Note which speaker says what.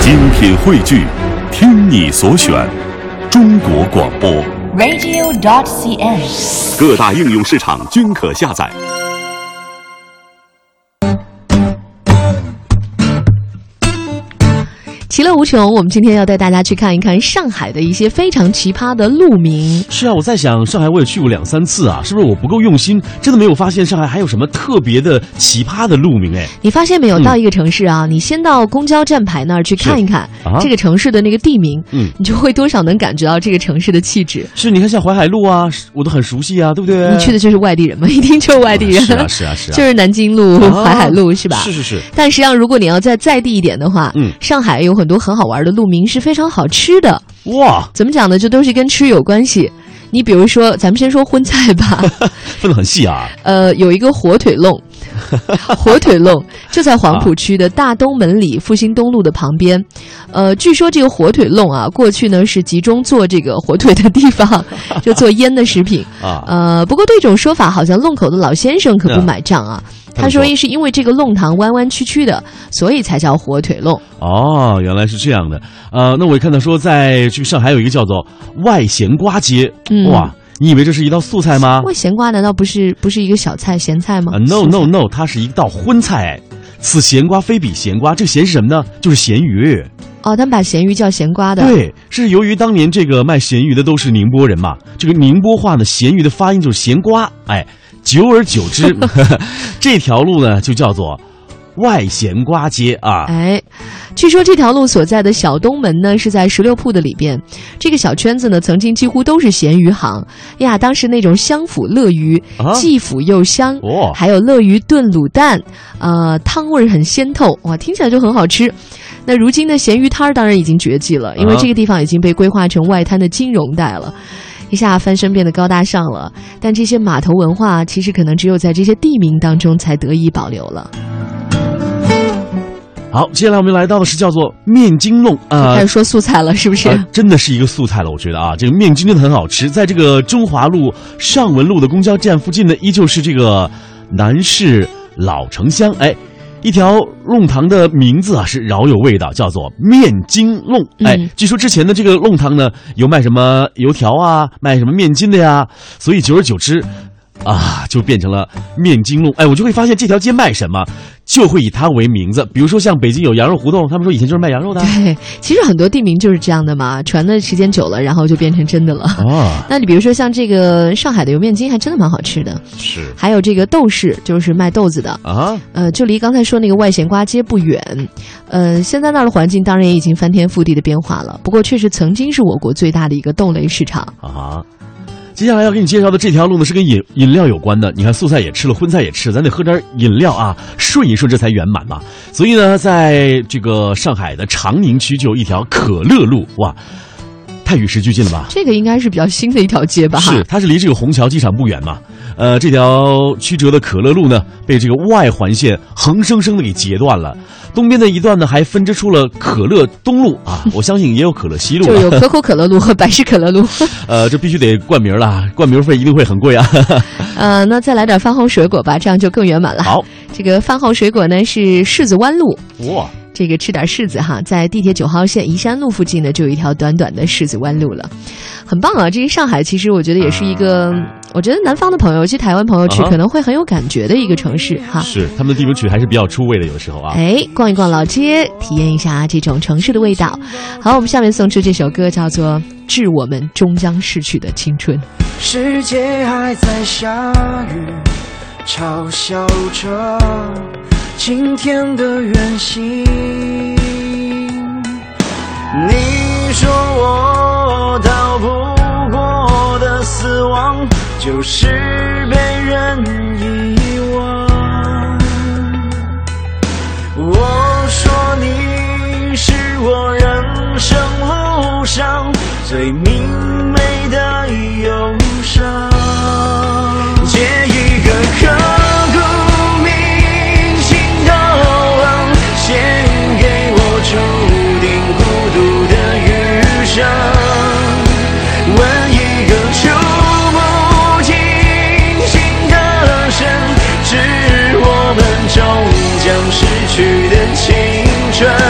Speaker 1: 精品汇聚，听你所选，中国广播
Speaker 2: radio.cn，
Speaker 1: 各大应用市场均可下载。
Speaker 2: 其乐无穷，我们今天要带大家去看一看上海的一些非常奇葩的路名。
Speaker 3: 是啊，我在想上海我也去过2、3次啊，是不是我不够用心，真的没有发现上海还有什么特别的奇葩的路名？哎，
Speaker 2: 你发现没有，到一个城市啊，你先到公交站牌那儿去看一看这个城市的那个地名，你就会多少能感觉到这个城市的气质。
Speaker 3: 是，你看像淮海路啊，我都很熟悉啊，对不对？
Speaker 2: 你去的就是外地人嘛，一听就是外地人。
Speaker 3: 是啊，
Speaker 2: 就是南京路、淮海路是吧？
Speaker 3: 是。
Speaker 2: 但实际上，如果你要再在地一点的话，上海有很多很好玩的路名是非常好吃的。
Speaker 3: 哇，
Speaker 2: 怎么讲呢？这都是跟吃有关系。你比如说，咱们先说荤菜吧，
Speaker 3: 分得很细啊。
Speaker 2: 有一个火腿弄，火腿弄就在黄浦区的大东门里复兴东路的旁边。据说这个火腿弄啊，过去呢是集中做这个火腿的地方，就做腌的食品啊。不过对这种说法，好像弄口的老先生可不买账啊。他说是因为这个弄堂弯弯曲曲的，所以才叫火腿弄。
Speaker 3: 哦，原来是这样的。那我也看到说，在这个上海有一个叫做外咸瓜街。哇，你以为这是一道素菜吗？
Speaker 2: 外咸瓜难道不是一个小菜咸菜吗
Speaker 3: ？No， 它是一道荤菜。此咸瓜非彼咸瓜，这个咸是什么呢？就是咸鱼。
Speaker 2: 哦，他们把咸鱼叫咸瓜的。
Speaker 3: 对，是由于当年这个卖咸鱼的都是宁波人嘛，这个宁波话呢，咸鱼的发音就是咸瓜。哎，久而久之，这条路呢就叫做外咸瓜街啊。
Speaker 2: 哎，据说这条路所在的小东门呢是在16铺的里边，这个小圈子呢曾经几乎都是咸鱼行呀。当时那种香腐乐鱼，既腐又香，还有乐鱼炖卤蛋，汤味很鲜透，哇，听起来就很好吃。那如今的咸鱼摊当然已经绝迹了，因为这个地方已经被规划成外滩的金融带了。一下翻身变得高大上了，但这些码头文化其实可能只有在这些地名当中才得以保留了。
Speaker 3: 好，接下来我们来到的是叫做面筋弄
Speaker 2: 开始说素菜了，是不是？
Speaker 3: 真的是一个素菜了，我觉得啊，这个面筋真的很好吃。在这个中华路上文路的公交站附近呢，依旧是这个南市老城乡。哎，一条弄堂的名字啊是饶有味道，叫做面筋弄。哎，据说之前的这个弄堂呢，有卖什么油条啊，卖什么面筋的呀，所以久而久之啊，就变成了面筋弄。哎，我就会发现这条街卖什么，就会以它为名字。比如说像北京有羊肉胡同，他们说以前就是卖羊肉的。
Speaker 2: 对，其实很多地名就是这样的嘛，传的时间久了，然后就变成真的了。那你比如说像这个上海的油面筋，还真的蛮好吃的。
Speaker 3: 是，
Speaker 2: 还有这个豆市，就是卖豆子的啊。就离刚才说那个外咸瓜街不远。现在那儿的环境当然也已经翻天覆地的变化了，不过确实曾经是我国最大的一个豆类市场
Speaker 3: 啊。接下来要给你介绍的这条路呢，是跟饮料有关的。你看素菜也吃了，荤菜也吃了，咱得喝点饮料啊，顺一顺这才圆满嘛。所以呢，在这个上海的长宁区就有一条可乐路。哇，太与时俱进了吧？
Speaker 2: 这个应该是比较新的一条街吧？
Speaker 3: 是，它是离这个虹桥机场不远嘛。这条曲折的可乐路呢，被这个外环线横生生的给截断了。东边的一段呢，还分支出了可乐东路啊，我相信也有可乐西路，
Speaker 2: 就有可口可乐路和百事可乐路。
Speaker 3: 这必须得冠名了，冠名费一定会很贵啊。
Speaker 2: 那再来点饭后水果吧，这样就更圆满了。
Speaker 3: 好，
Speaker 2: 这个饭后水果呢是柿子湾路。
Speaker 3: 哇，
Speaker 2: 这个吃点柿子哈，在地铁9号线宜山路附近呢，就有一条短短的柿子湾路了，很棒啊！这个上海其实我觉得也是一个，我觉得南方的朋友，尤其台湾朋友去可能会很有感觉的一个城市哈。
Speaker 3: 是，他们的地名曲还是比较出味的，有的时候啊。
Speaker 2: 哎，逛一逛老街，体验一下这种城市的味道。好，我们下面送出这首歌，叫做《致我们终将逝去的青春》。
Speaker 4: 世界还在下雨，嘲笑着今天的远行。你说我逃不过的死亡，就是被人遗忘。我说你是我人生路上最明媚的忧伤。借一个刻骨铭心的吻，献给我注定孤独的余生。问一个触不尽心的深，致我们终将逝去的青春。